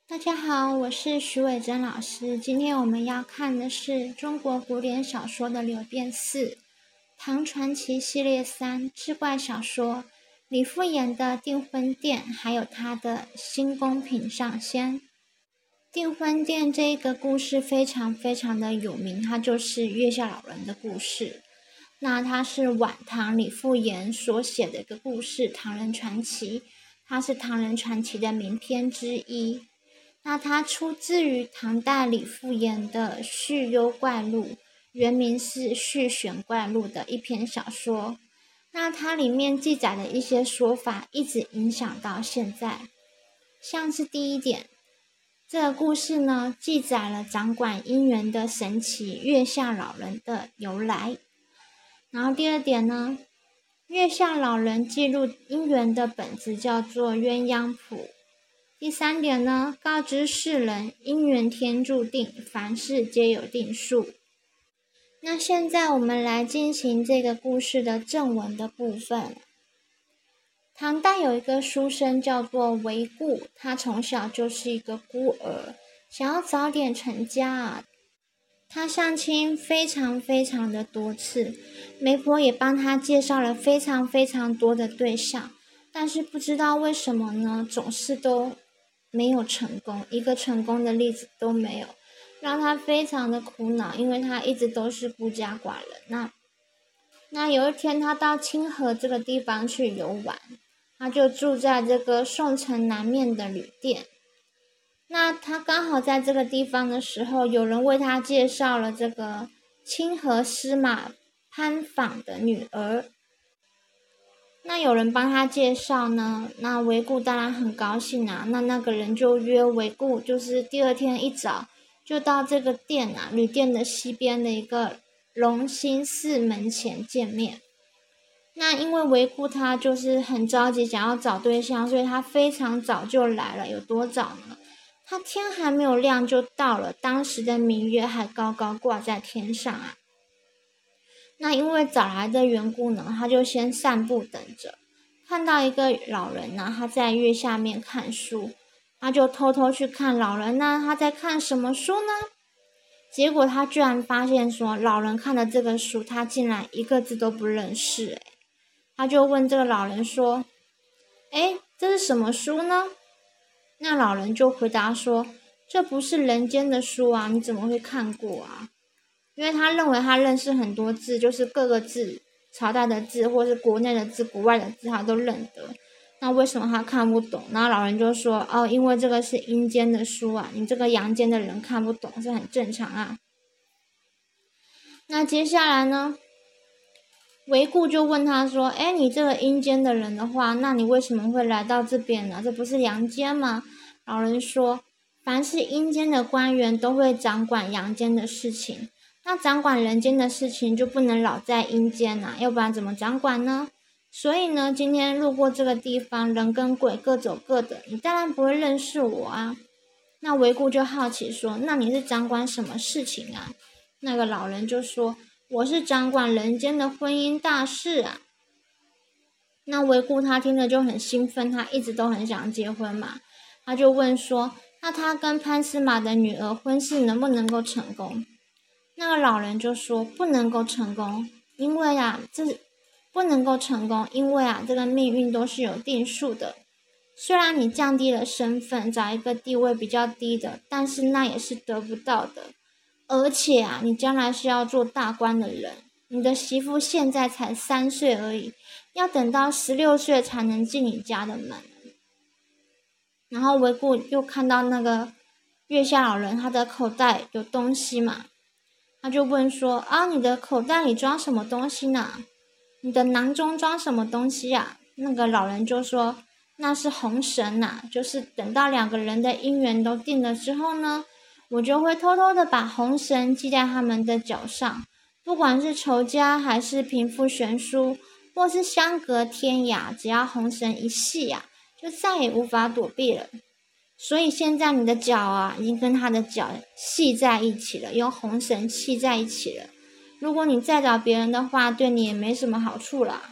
大家好，我是徐伟珍老师。今天我们要看的是中国古典小说的流变4，唐传奇系列3志怪小说，李复言的订婚店，还有他的新宫品上仙。订婚店这一个故事非常的有名，它就是月下老人的故事。那它是晚唐李复言所写的一个故事，唐人传奇，它是唐人传奇的名篇之一。那它出自于唐代李复言的《续幽怪录》，原名是《续玄怪录》的一篇小说。那它里面记载的一些说法一直影响到现在。像是第一点，这个故事呢记载了掌管姻缘的神奇月下老人的由来。然后第二点呢，月下老人记录姻缘的本子叫做鸳鸯谱。第三点呢，告知世人姻缘天注定，凡事皆有定数。那现在我们来进行这个故事的正文的部分。唐代有一个书生叫做韦固，他从小就是一个孤儿，想要早点成家啊。他相亲非常的多次，媒婆也帮他介绍了非常多的对象，但是不知道为什么呢，总是都没有成功，一个成功的例子都没有，让他非常的苦恼，因为他一直都是孤家寡人。那有一天他到清河这个地方去游玩，他就住在这个宋城南面的旅店。那他刚好在这个地方的时候，有人为他介绍了这个清河司马潘昉的女儿。那有人帮他介绍呢，那韦固当然很高兴啊。那个人就约韦固，就是第二天一早就到这个店啊，旅店的西边的一个隆兴寺门前见面。那因为韦固他就是很着急想要找对象，所以他非常早就来了。有多早呢？他天还没有亮就到了，当时的明月还高挂在天上啊。那因为早来的缘故呢，他就先散步等着，看到一个老人呢，他在月下面看书，他就偷偷去看老人呢，他在看什么书呢？结果他居然发现说，老人看的这个书，他竟然一个字都不认识。他就问这个老人说，这是什么书呢？那老人就回答说，这不是人间的书啊，你怎么会看过啊？因为他认为他认识很多字，就是各个字，朝代的字，或是国内的字，国外的字，他都认得。那为什么他看不懂？然后老人就说，因为这个是阴间的书啊，你这个阳间的人看不懂是很正常啊。那接下来呢，韦固就问他说，你这个阴间的人的话，那你为什么会来到这边呢？这不是阳间吗？老人说，凡是阴间的官员都会掌管阳间的事情，那掌管人间的事情就不能老在阴间啊，要不然怎么掌管呢？所以呢，今天路过这个地方，人跟鬼各走各的，你当然不会认识我啊。那韦固就好奇说，那你是掌管什么事情啊？那个老人就说，我是掌管人间的婚姻大事啊。那韦固他听了就很兴奋，他一直都很想结婚嘛，他就问说，那他跟潘司马的女儿婚事能不能够成功？那个老人就说，不能够成功，因为不能够成功，因为这个命运都是有定数的。虽然你降低了身份，找一个地位比较低的，但是那也是得不到的。而且你将来是要做大官的人，你的媳妇现在才3岁而已，要等到16岁才能进你家的门。然后韦固又看到那个月下老人，他的口袋有东西嘛，他就问说，你的口袋里装什么东西呢？你的囊中装什么东西啊？那个老人就说，那是红绳啊，就是等到2个人的姻缘都定了之后呢，我就会偷偷的把红绳系在他们的脚上，不管是仇家还是贫富悬殊，或是相隔天涯，只要红绳一系就再也无法躲避了。所以现在你的脚已经跟他的脚系在一起了，用红绳系在一起了。如果你再找别人的话，对你也没什么好处啦。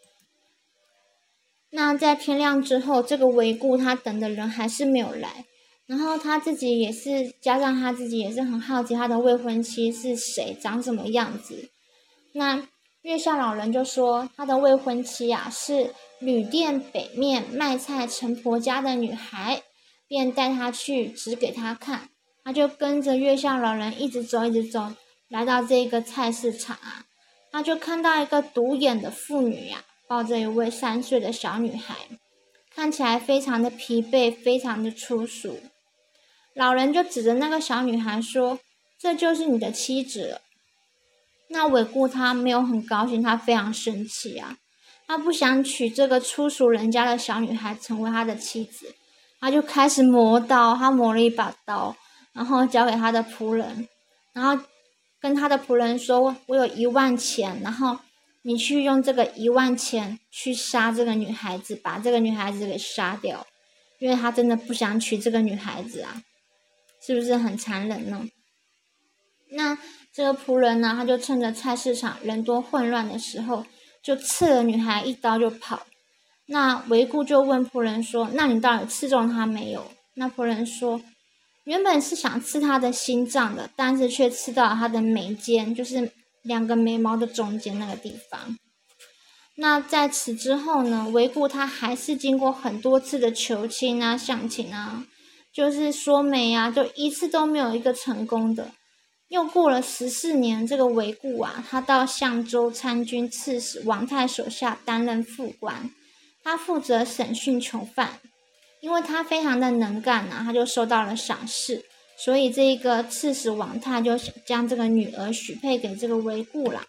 那在天亮之后，这个韦固他等的人还是没有来， 然后他自己也是，加上他自己也是很好奇他的未婚妻是谁，长什么样子。那月下老人就说他的未婚妻啊是旅店北面卖菜陈婆家的女孩，便带他去指给他看。他就跟着月下老人一直走，来到这个菜市场啊，他就看到一个独眼的妇女啊，抱着一位3岁的小女孩，看起来非常的疲惫，非常的粗俗。老人就指着那个小女孩说：“这就是你的妻子了。”那韦固他没有很高兴，他非常生气啊，他不想娶这个粗俗人家的小女孩成为他的妻子，他就开始磨刀，他磨了一把刀，然后交给他的仆人，然后跟他的仆人说：“我有1万钱，然后你去用这个1万钱去杀这个女孩子，把这个女孩子给杀掉，因为他真的不想娶这个女孩子啊。”是不是很残忍呢？那这个仆人呢，他就趁着菜市场人多混乱的时候，就刺了女孩一刀就跑。那韦固就问仆人说：“那你到底刺中他没有？”那仆人说：“原本是想刺他的心脏的，但是却刺到了他的眉间，就是2个眉毛的中间那个地方。”那在此之后呢，韦固他还是经过很多次的求亲啊、相亲啊，就是说媒啊，就一次都没有一个成功的。又过了14年，这个韦固啊，他到相州参军刺史王泰手下担任副官，他负责审讯囚犯。因为他非常的能干啊，他就受到了赏识，所以这一个刺史王泰就将这个女儿许配给这个韦固啦。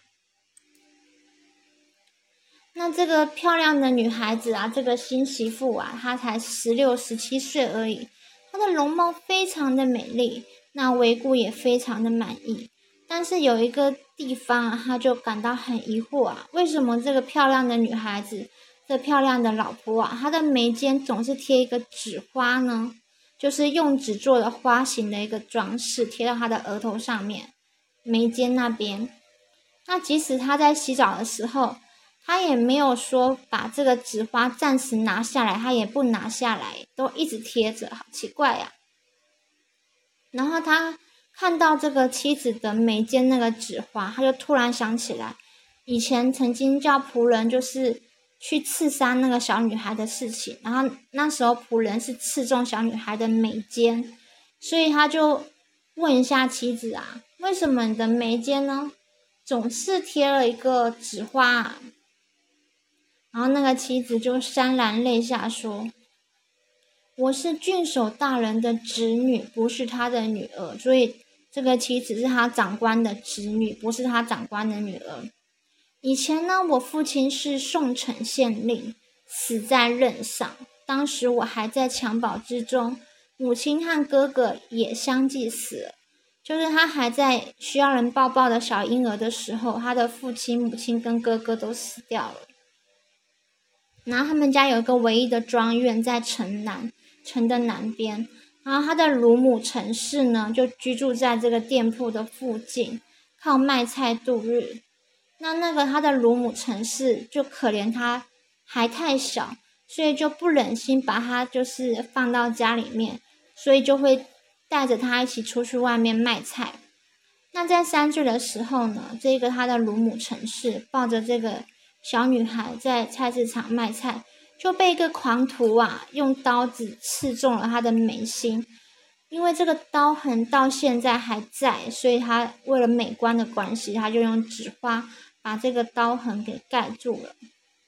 那这个漂亮的女孩子啊，这个新媳妇啊，她才16、17岁而已，她的容貌非常的美丽，那韦固也非常的满意。但是有一个地方啊，他就感到很疑惑啊，为什么这个漂亮的女孩子，这漂亮的老婆啊，她的眉间总是贴一个纸花呢？就是用纸做的花形的一个装饰，贴到她的额头上面，眉间那边。那即使她在洗澡的时候，他也没有说把这个纸花暂时拿下来，他也不拿下来，都一直贴着，好奇怪呀。然后他看到这个妻子的眉间那个纸花，他就突然想起来，以前曾经叫仆人就是去刺杀那个小女孩的事情，然后那时候仆人是刺中小女孩的眉间，所以他就问一下妻子啊，为什么你的眉间呢总是贴了一个纸花啊？然后那个妻子就潸然泪下说：“我是郡守大人的侄女，不是他的女儿，所以这个妻子是他长官的侄女，不是他长官的女儿。以前呢，我父亲是宋城县令，死在任上，当时我还在襁褓之中，母亲和哥哥也相继死了。就是他还在需要人抱抱的小婴儿的时候，他的父亲、母亲跟哥哥都死掉了。然后他们家有一个唯一的庄园在城的南边，然后他的乳母陈氏呢就居住在这个店铺的附近，靠卖菜度日。那个他的乳母陈氏就可怜他还太小，所以就不忍心把他就是放到家里面，所以就会带着他一起出去外面卖菜。那在3岁的时候呢，这个他的乳母陈氏抱着这个小女孩在菜市场卖菜，就被一个狂徒啊用刀子刺中了她的眉心。因为这个刀痕到现在还在，所以他为了美观的关系，他就用纸花把这个刀痕给盖住了。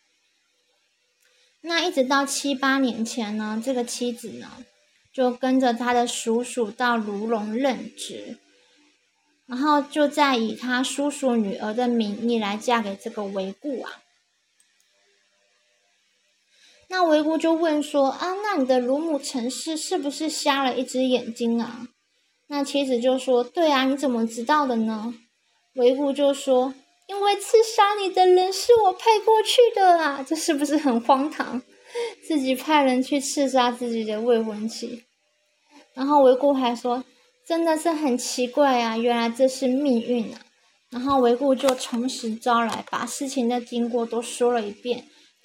那一直到7、8年前呢，这个妻子呢就跟着他的叔叔到卢龙任职，然后就再以他叔叔女儿的名义来嫁给这个韦固啊。那韦固就问说啊，那你的乳母陈氏是不是瞎了一只眼睛啊？那妻子就说，对啊，你怎么知道的呢？韦固就说，因为刺杀你的人是我派过去的啊，这是不是很荒唐？自己派人去刺杀自己的未婚妻。然后韦固还说，真的是很奇怪啊，原来这是命运啊。然后韦固就从实招来，把事情的经过都说了一遍，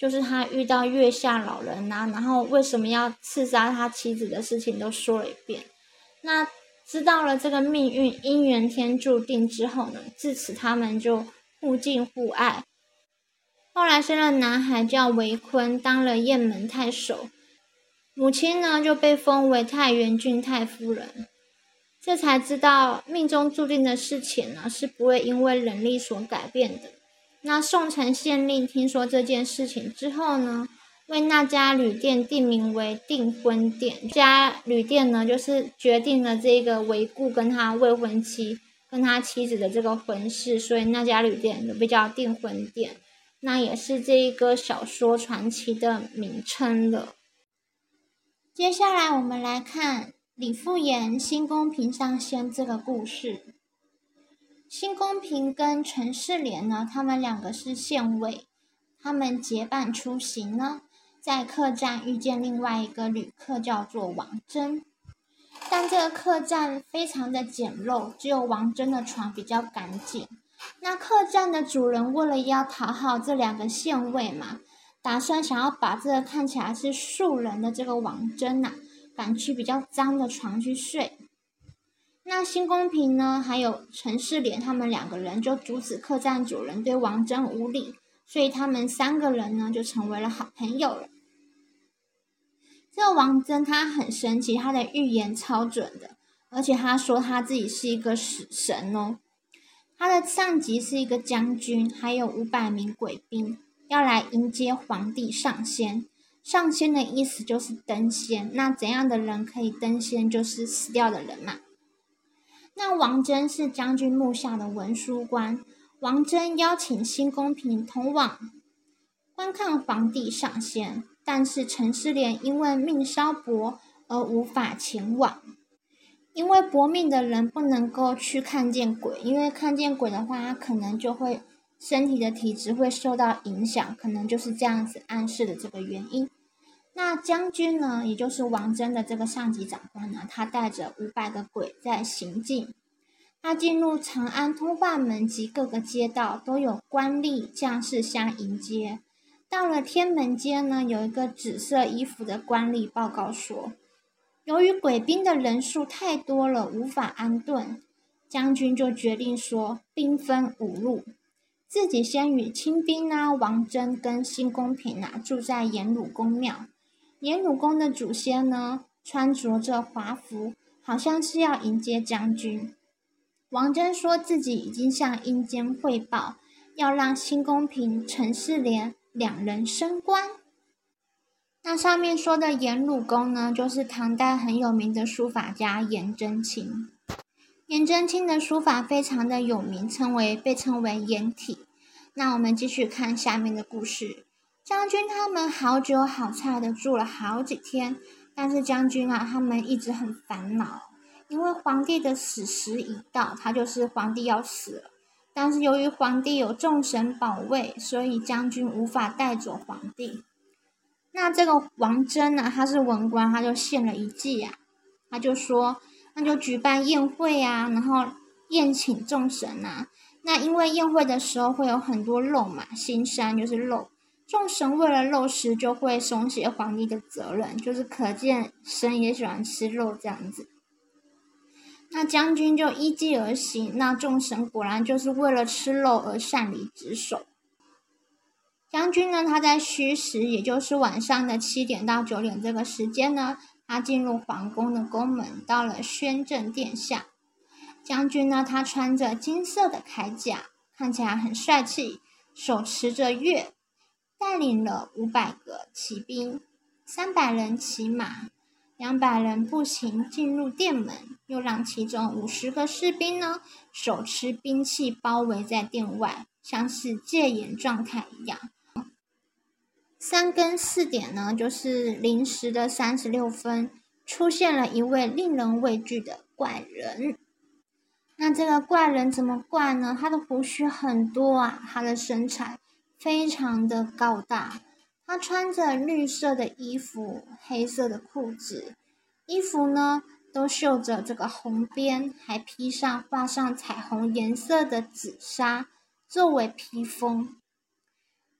就是他遇到月下老人啊，然后为什么要刺杀他妻子的事情都说了一遍。那知道了这个命运因缘天注定之后呢，自此他们就互敬互爱。后来生了男孩叫韦坤，当了雁门太守，母亲呢就被封为太原郡太夫人。这才知道命中注定的事情呢是不会因为人力所改变的。那宋城县令听说这件事情之后呢，为那家旅店定名为订婚店。这家旅店呢就是决定了这个韦固跟他未婚妻跟他妻子的这个婚事，所以那家旅店就被叫订婚店。那也是这一个小说传奇的名称了。接下来我们来看李复言新公平上仙这个故事。新公平跟陈世莲呢，他们两个是县尉，他们结伴出行呢，在客栈遇见另外一个旅客叫做王真，但这个客栈非常的简陋，只有王真的床比较干净。那客栈的主人为了要讨好这两个县尉嘛，打算想要把这个看起来是庶人的这个王真赶去比较脏的床去睡。那新公平呢还有陈世莲他们两个人就阻止客栈主人对王真无礼，所以他们三个人呢就成为了好朋友了。这个王真他很神奇，他的预言超准的，而且他说他自己是一个死神哦。他的上级是一个将军，还有500名鬼兵要来迎接皇帝上仙。上仙的意思就是登仙，那怎样的人可以登仙？就是死掉的人嘛。那王真是将军幕下的文书官，王真邀请新公平同往观看皇帝上仙，但是陈世莲因为命稍薄而无法前往。因为薄命的人不能够去看见鬼，因为看见鬼的话，他可能就会身体的体质会受到影响，可能就是这样子暗示的这个原因。那将军呢，也就是王真的这个上级长官呢，他带着500个鬼在行进。他进入长安通化门及各个街道，都有官吏将士相迎接。到了天门街呢，有一个紫色衣服的官吏报告说，由于鬼兵的人数太多了，无法安顿，将军就决定说兵分5路，自己先与亲兵王真跟新公平住在颜鲁公庙。颜鲁公的祖先呢，穿着着华服，好像是要迎接将军。王真说自己已经向阴间汇报，要让新公平、陈世莲2人升官。那上面说的颜鲁公呢，就是唐代很有名的书法家颜真卿。颜真卿的书法非常的有名，被称为颜体。那我们继续看下面的故事。将军他们好酒好菜的住了好几天，但是将军他们一直很烦恼，因为皇帝的死时已到，他就是皇帝要死了。但是由于皇帝有众神保卫，所以将军无法带走皇帝。那这个王真他是文官，他就献了一计他就说那就举办宴会然后宴请众神那因为宴会的时候会有很多肉嘛，腥膻就是肉，众神为了肉食就会松懈皇帝的责任，就是可见神也喜欢吃肉这样子。那将军就依计而行，那众神果然就是为了吃肉而擅离职守。将军呢，他在戌时，也就是晚上的7点到9点这个时间呢，他进入皇宫的宫门，到了宣政殿下。将军呢，他穿着金色的铠甲，看起来很帅气，手持着钺，带领了500个骑兵，300人骑马，200人步行进入殿门，又让其中50个士兵呢，手持兵器包围在殿外，像是戒严状态一样。3更4点呢，就是临时的36分，出现了一位令人畏惧的怪人。那这个怪人怎么怪呢？他的胡须很多他的身材非常的高大，他穿着绿色的衣服，黑色的裤子，衣服呢都绣着这个红边，还画上彩虹颜色的紫纱作为披风。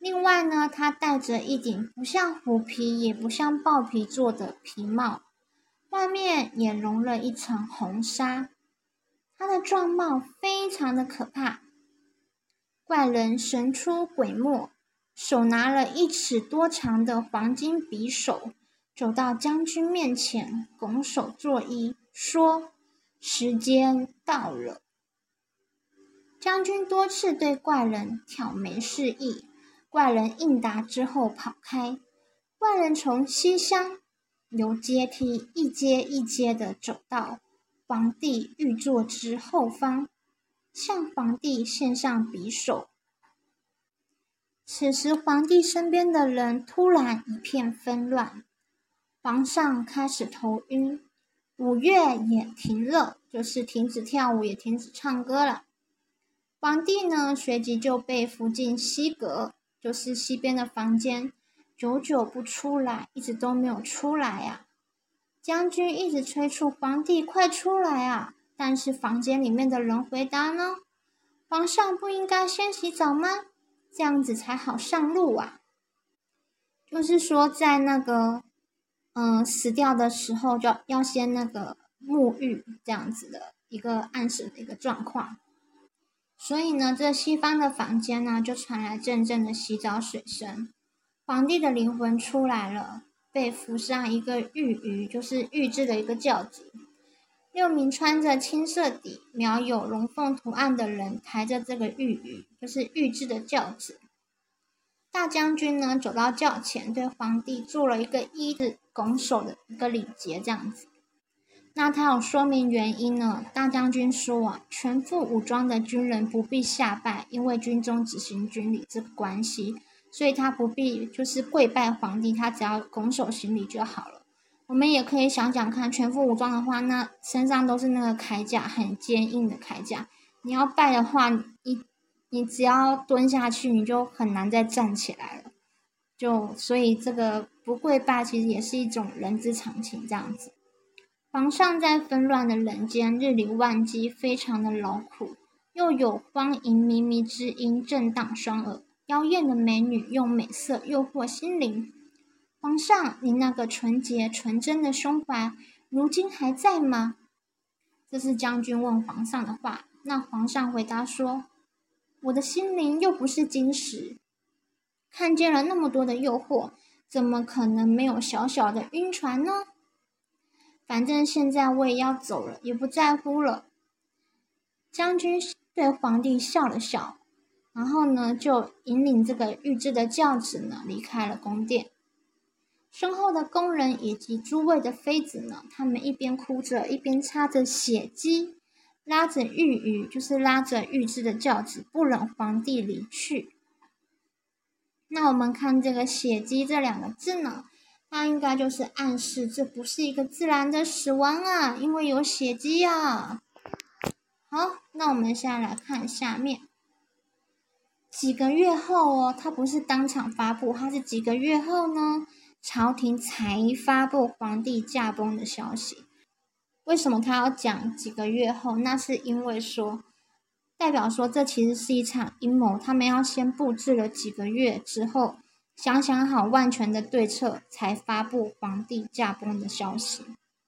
另外呢，他戴着一顶不像虎皮也不像豹皮做的皮帽，外面也笼了一层红纱。他的状貌非常的可怕。怪人神出鬼没，手拿了1尺多长的黄金匕首，走到将军面前，拱手作揖，说：“时间到了。”将军多次对怪人挑眉示意，怪人应答之后跑开。怪人从西厢由阶梯一阶一阶地走到皇帝御座之后方，向皇帝献上匕首。此时皇帝身边的人突然一片纷乱，皇上开始头晕，舞乐也停了，就是停止跳舞也停止唱歌了。皇帝呢，随即就被扶进西阁，就是西边的房间，久久不出来，一直都没有出来啊。将军一直催促皇帝快出来啊，但是房间里面的人回答呢：“皇上不应该先洗澡吗？这样子才好上路啊。”就是说在那个死掉的时候就要先那个沐浴，这样子的一个暗示的一个状况。所以呢，这西方的房间呢，就传来阵阵的洗澡水声。皇帝的灵魂出来了，被扶上一个玉舆，就是玉制的一个轿子。6名穿着青色底、描有龙凤图案的人抬着这个玉舆，就是玉制的轿子。大将军呢，走到轿前，对皇帝做了一个一字拱手的一个礼节，这样子。那他有说明原因呢？大将军说啊，全副武装的军人不必下拜，因为军中只行军礼这个关系，所以他不必就是跪拜皇帝，他只要拱手行礼就好了。我们也可以想想看，全副武装的话，那身上都是那个铠甲，很坚硬的铠甲。你要拜的话，你只要蹲下去，你就很难再站起来了。所以这个不跪拜其实也是一种人之常情，这样子。皇上在纷乱的人间日理万机，非常的劳苦，又有荒淫靡靡之音震荡双耳，妖艳的美女用美色诱惑心灵。皇上，你那个纯洁纯真的胸怀，如今还在吗？这是将军问皇上的话。那皇上回答说：“我的心灵又不是金石，看见了那么多的诱惑，怎么可能没有小小的晕船呢？反正现在我也要走了，也不在乎了。”将军对皇帝笑了笑，然后呢，就引领这个御制的轿子呢，离开了宫殿。身后的宫人以及诸位的妃子呢，他们一边哭着，一边擦着血迹，拉着御舆，就是拉着御制的轿子，不忍皇帝离去。那我们看这个血迹这2个字呢，它应该就是暗示这不是一个自然的死亡啊，因为有血迹啊。好，那我们现在来看下面。几个月后哦，它不是当场发布，它是几个月后呢，朝廷才发布皇帝驾崩的消息。为什么他要讲几个月后？那是因为说，代表说这其实是一场阴谋，他们要先布置了几个月之后，想好万全的对策，才发布皇帝驾崩的消息。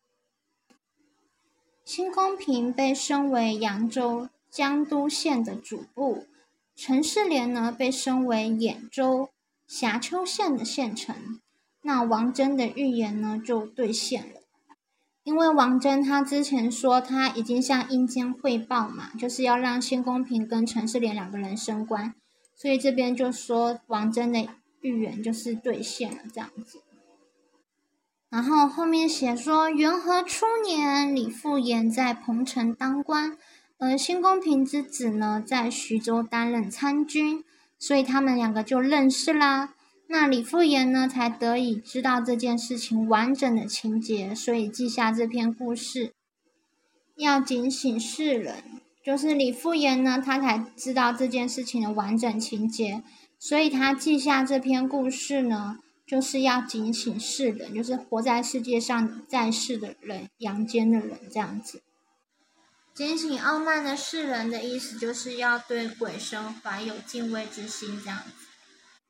新公平被升为扬州江都县的主簿，陈世廉呢被升为兖州峡丘县的县丞。那王真的预言呢就兑现了，因为王真他之前说他已经向阴间汇报嘛，就是要让新公平跟陈世廉2个人升官，所以这边就说王真的预言就是兑现了这样子。然后后面写说，元和初年，李复言在彭城当官，而新公平之子呢在徐州担任参军，所以他们2个就认识啦。那李复言呢才得以知道这件事情完整的情节，所以记下这篇故事，要警醒世人。就是李复言呢，他才知道这件事情的完整情节，所以他记下这篇故事呢，就是要警醒世人，就是活在世界上在世的人，阳间的人这样子。警醒傲慢的世人的意思，就是要对鬼神怀有敬畏之心这样子。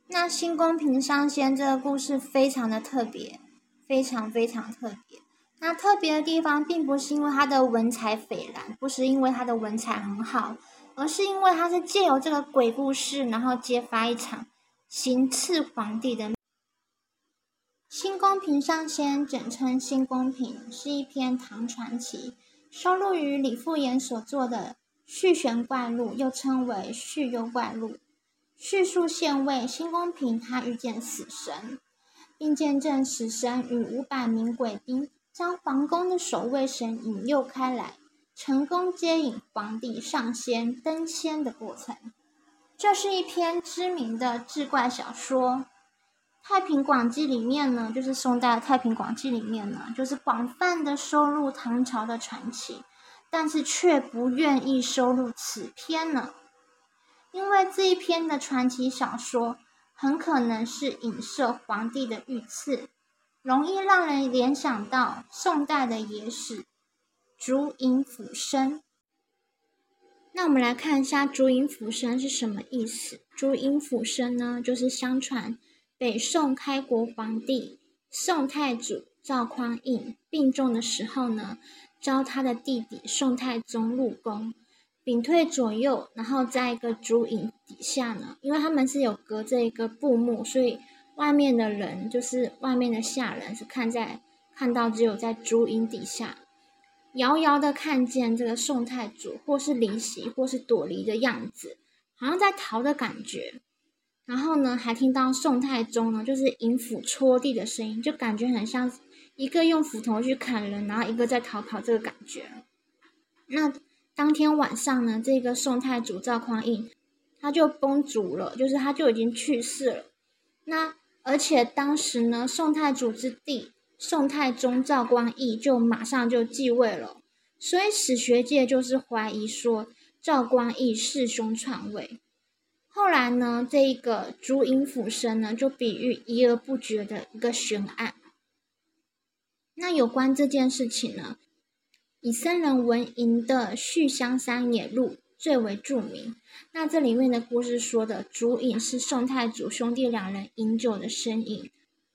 那新宫平上仙这个故事非常的特别，非常非常特别。那特别的地方并不是因为他的文采斐然，不是因为他的文采很好，而是因为他是借由这个鬼故事，然后揭发一场行刺皇帝的。新宫平上仙简称新宫平，是一篇唐传奇，收录于李复言所作的《续玄怪录》，又称为《续幽怪录》。叙述县尉新宫平他遇见死神，并见证死神与500名鬼兵将皇宫的守卫神引诱开来，成功接引皇帝上仙登仙的过程。这是一篇知名的志怪小说。太平广记里面呢，就是宋代的太平广记里面呢，就是广泛的收录唐朝的传奇，但是却不愿意收录此篇呢，因为这一篇的传奇小说很可能是影射皇帝的遇刺，容易让人联想到宋代的野史烛影斧声。那我们来看一下烛影斧声是什么意思。烛影斧声呢，就是相传北宋开国皇帝宋太祖赵匡胤病重的时候呢，召他的弟弟宋太宗入宫，屏退左右，然后在一个烛影底下呢，因为他们是有隔着一个布幕，所以外面的人，就是外面的下人是看到只有在烛影底下，遥遥的看见这个宋太祖或是离席或是躲离的样子，好像在逃的感觉。然后呢，还听到宋太宗呢，就是银斧戳地的声音，就感觉很像一个用斧头去砍人，然后一个在逃跑这个感觉。那当天晚上呢，这个宋太祖赵匡胤他就崩殂了，就是他就已经去世了。那而且当时呢，宋太祖之弟宋太宗赵光义就马上就继位了，所以史学界就是怀疑说赵光义弑兄篡位。后来呢，这一个烛影斧声呢，就比喻疑而不决的一个悬案。那有关这件事情呢，以僧人文莹的《续香山野录》最为著名。那这里面的故事说的烛影是宋太祖兄弟2人饮酒的身影，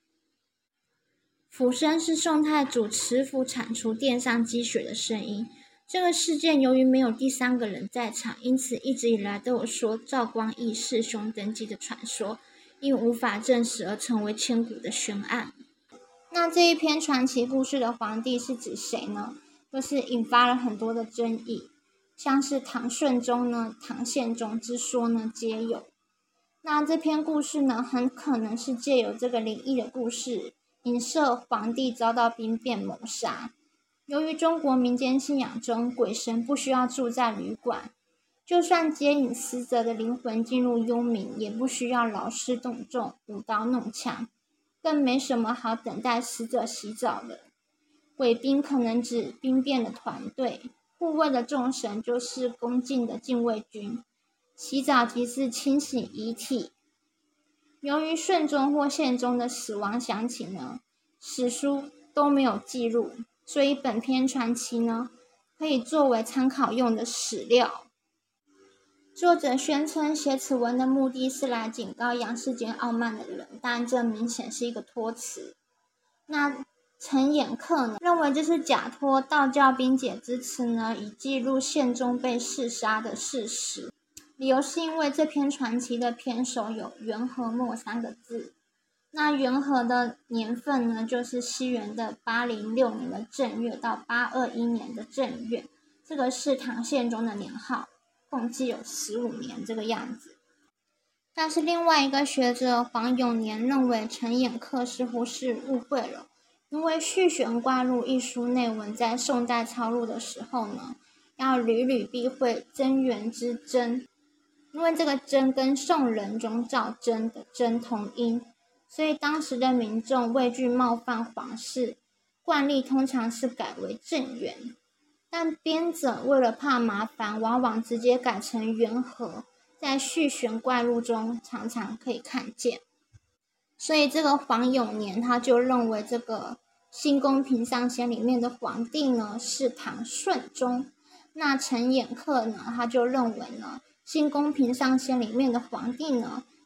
斧声是宋太祖持斧铲除殿上积雪的声音。这个事件由于没有第3个人在场，因此一直以来都有说赵光义弑兄登基的传说，因无法证实而成为千古的悬案。那这一篇传奇故事的皇帝是指谁呢？就是引发了很多的争议，像是唐顺宗呢、唐宪宗之说呢皆有。那这篇故事呢，很可能是借由这个灵异的故事，影射皇帝遭到兵变谋杀。由于中国民间信仰中，鬼神不需要住在旅馆，就算接引死者的灵魂进入幽冥，也不需要劳师动众、舞刀弄枪，更没什么好等待死者洗澡的。鬼兵可能指兵变的团队，护卫的众神就是恭敬的禁卫军，洗澡即是清洗遗体。由于顺宗或宪宗的死亡详情呢，史书都没有记录，所以本篇传奇呢，可以作为参考用的史料。作者宣称写此文的目的是来警告阳世间傲慢的人，但这明显是一个托词。那陈寅恪呢，认为这是假托道教兵解之词呢，以记录宪宗被弑杀的事实。理由是因为这篇传奇的篇首有元和末3个字。那元和的年份呢，就是西元的806年的正月到821年的正月，这个是唐宪宗的年号，共计有15年这个样子。但是另外一个学者黄永年认为陈寅恪似乎是误会了，因为《续玄怪录》一书内文在宋代抄录的时候呢，要屡屡避讳贞元之贞，因为这个贞跟宋仁宗赵祯的贞同音，所以当时的民众畏惧冒犯皇室，惯例通常是改为正元，但编者为了怕麻烦，往往直接改成元和，在《续玄怪录》中常常可以看见。所以这个黄永年他就认为这个新宫平上仙里面的皇帝呢是唐顺宗，那陈寅恪呢他就认为呢新宫平上仙里面的皇帝呢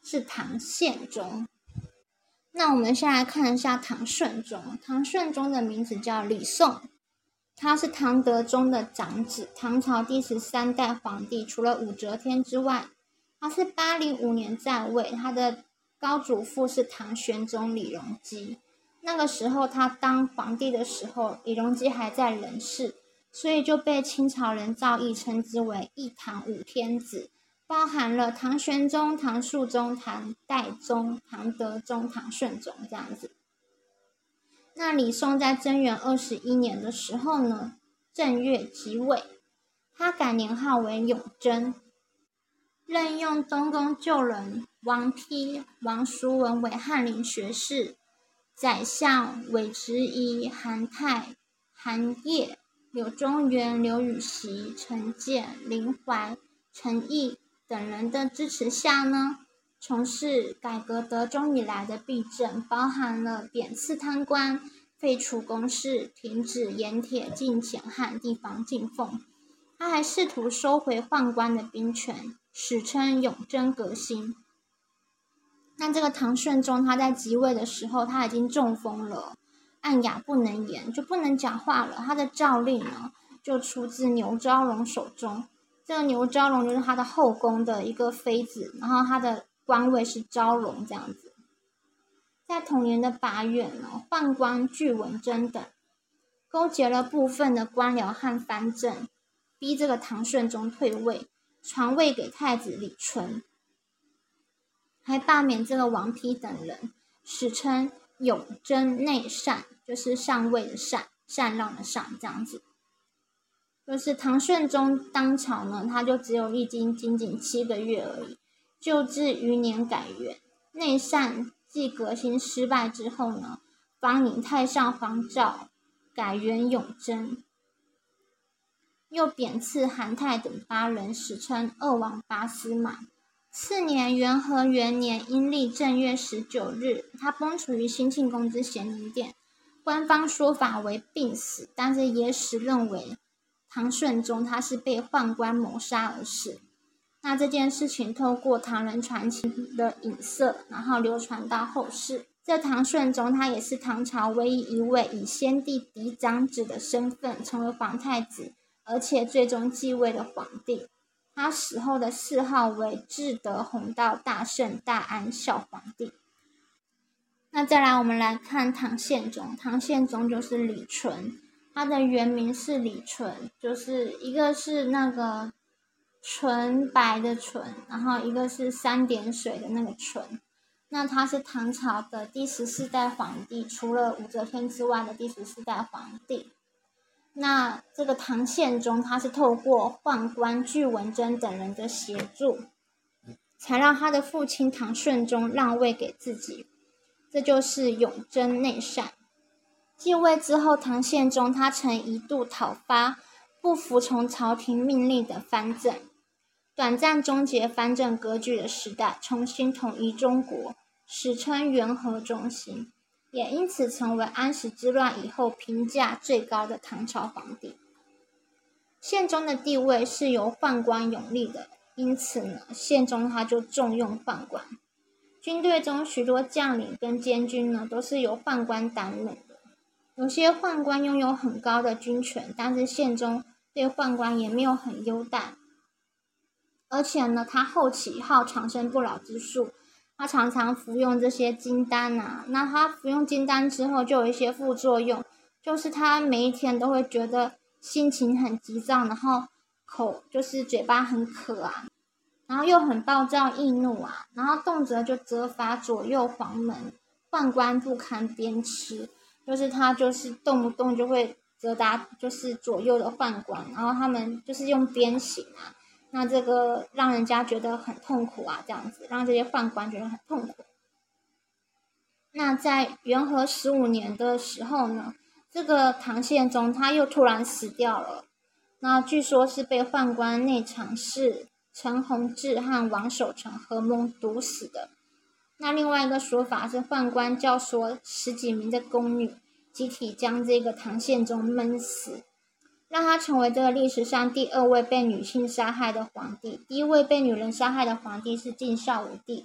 是唐宪宗。那我们先来看一下唐顺宗。唐顺宗的名字叫李诵，他是唐德宗的长子，唐朝第13代皇帝。除了武则天之外，他是805年在位。他的高祖父是唐玄宗李隆基。那个时候他当皇帝的时候，李隆基还在人世，所以就被清朝人造诣称之为一唐五天子，包含了唐玄宗、唐肃宗、唐代宗、唐德宗、唐顺宗这样子。那李诵在贞元21年的时候呢，正月即位，他改年号为永贞，任用东宫旧人王丕、王叔文为翰林学士，宰相韦执仪、韩泰、韩烨、柳宗元、刘禹锡、陈建、林怀、陈毅等人的支持下呢，从事改革德宗以来的弊政，包含了贬斥贪官、废除公事、停止盐铁进遣和地方进奉。他还试图收回宦官的兵权，史称永贞革新。那这个唐顺宗他在即位的时候，他已经中风了，按哑不能言，就不能讲话了。他的诏令呢，就出自牛昭容手中。这个牛昭容就是他的后宫的一个妃子，然后他的官位是昭容这样子。在同年的8月呢，宦官巨文贞等勾结了部分的官僚和藩镇，逼这个唐顺宗退位，传位给太子李纯，还罢免这个王丕等人，史称永贞内禅，就是上位的禅，禅让的禅这样子。就是唐顺宗当朝呢，他就只有历经仅仅7个月而已，就至余年改元。内禅继革新失败之后呢，方引太上皇诏改元永贞，又贬斥韩泰等8人，史称二王八司马。次年元和元年阴历正月19日，他崩殂于兴庆宫之咸宁殿，官方说法为病死，但是野史认为唐顺宗他是被宦官谋杀而死。那这件事情透过唐人传奇的影射，然后流传到后世。这唐顺宗他也是唐朝唯一一位以先帝嫡长子的身份成为皇太子，而且最终继位的皇帝。他死后的谥号为至德弘道大圣大安孝皇帝。那再来我们来看唐宪宗。唐宪宗就是李纯，他的原名是李纯，就是一个是那个纯白的纯，然后一个是3点水的那个纯。那他是唐朝的第14代皇帝，除了武则天之外的第14代皇帝。那这个唐宪宗他是透过宦官巨文贞等人的协助，才让他的父亲唐顺宗让位给自己，这就是永贞内禅。继位之后，唐宪宗他曾一度讨伐不服从朝廷命令的藩镇，短暂终结藩镇割据的时代，重新统一中国，史称元和中兴，也因此成为安史之乱以后评价最高的唐朝皇帝。宪宗的地位是由宦官拥立的，因此呢，宪宗他就重用宦官。军队中许多将领跟监军呢，都是由宦官担任的。有些宦官拥有很高的军权，但是宪宗对宦官也没有很优待。而且呢，他后期好长生不老之术，他常常服用这些金丹啊。那他服用金丹之后，就有一些副作用，就是他每一天都会觉得心情很急躁，然后就是嘴巴很渴啊，然后又很暴躁易怒啊，然后动辄就责罚左右黄门宦官不堪鞭笞，就是他就是动不动就会责打就是左右的宦官，然后他们就是用鞭刑啊。那这个让人家觉得很痛苦啊，这样子让这些宦官觉得很痛苦。那在元和15年的时候呢，这个唐宪宗他又突然死掉了。那据说是被宦官内常侍陈弘志和王守成合谋毒死的。那另外一个说法是宦官教唆10几名的宫女集体将这个唐宪宗闷死，让他成为这个历史上第2位被女性杀害的皇帝。第1位被女人杀害的皇帝是晋孝武帝，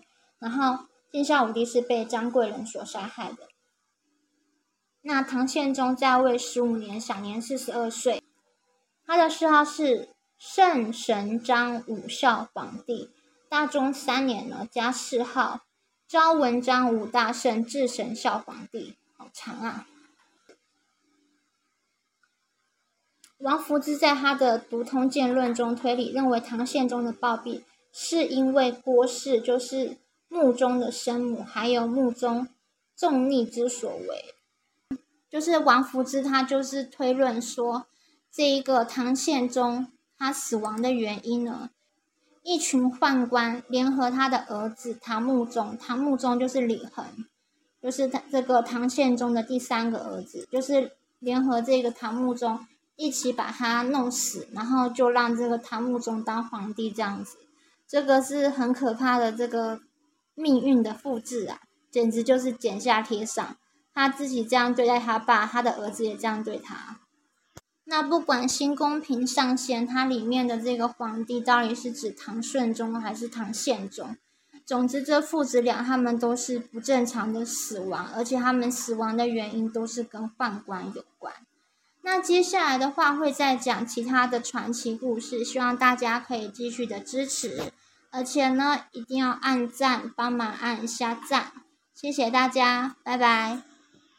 然后晋孝武帝是被张贵人所杀害的。那唐宪宗在位15年，享年42岁。他的谥号是圣神章武孝皇帝。大中3年呢，加谥号昭文章武大圣至神孝皇帝，好长啊。王福之在他的《读通鉴论》中推理，认为唐宪宗的暴毙是因为郭氏，就是穆宗的生母，还有穆宗纵逆之所为。就是王福之他就是推论说，这一个唐宪宗他死亡的原因呢，一群宦官联合他的儿子唐穆宗，唐穆宗就是李恒，就是这个唐宪宗的第3个儿子，就是联合这个唐穆宗一起把他弄死，然后就让这个唐穆宗当皇帝这样子。这个是很可怕的这个命运的复制啊，简直就是剪下贴上。他自己这样对待他爸，他的儿子也这样对他。那不管新公平上仙，它里面的这个皇帝到底是指唐顺宗还是唐宪宗，总之这父子俩他们都是不正常的死亡，而且他们死亡的原因都是跟宦官有关。那接下来的话会再讲其他的传奇故事，希望大家可以继续的支持，而且呢一定要按赞，帮忙按一下赞，谢谢大家，拜拜。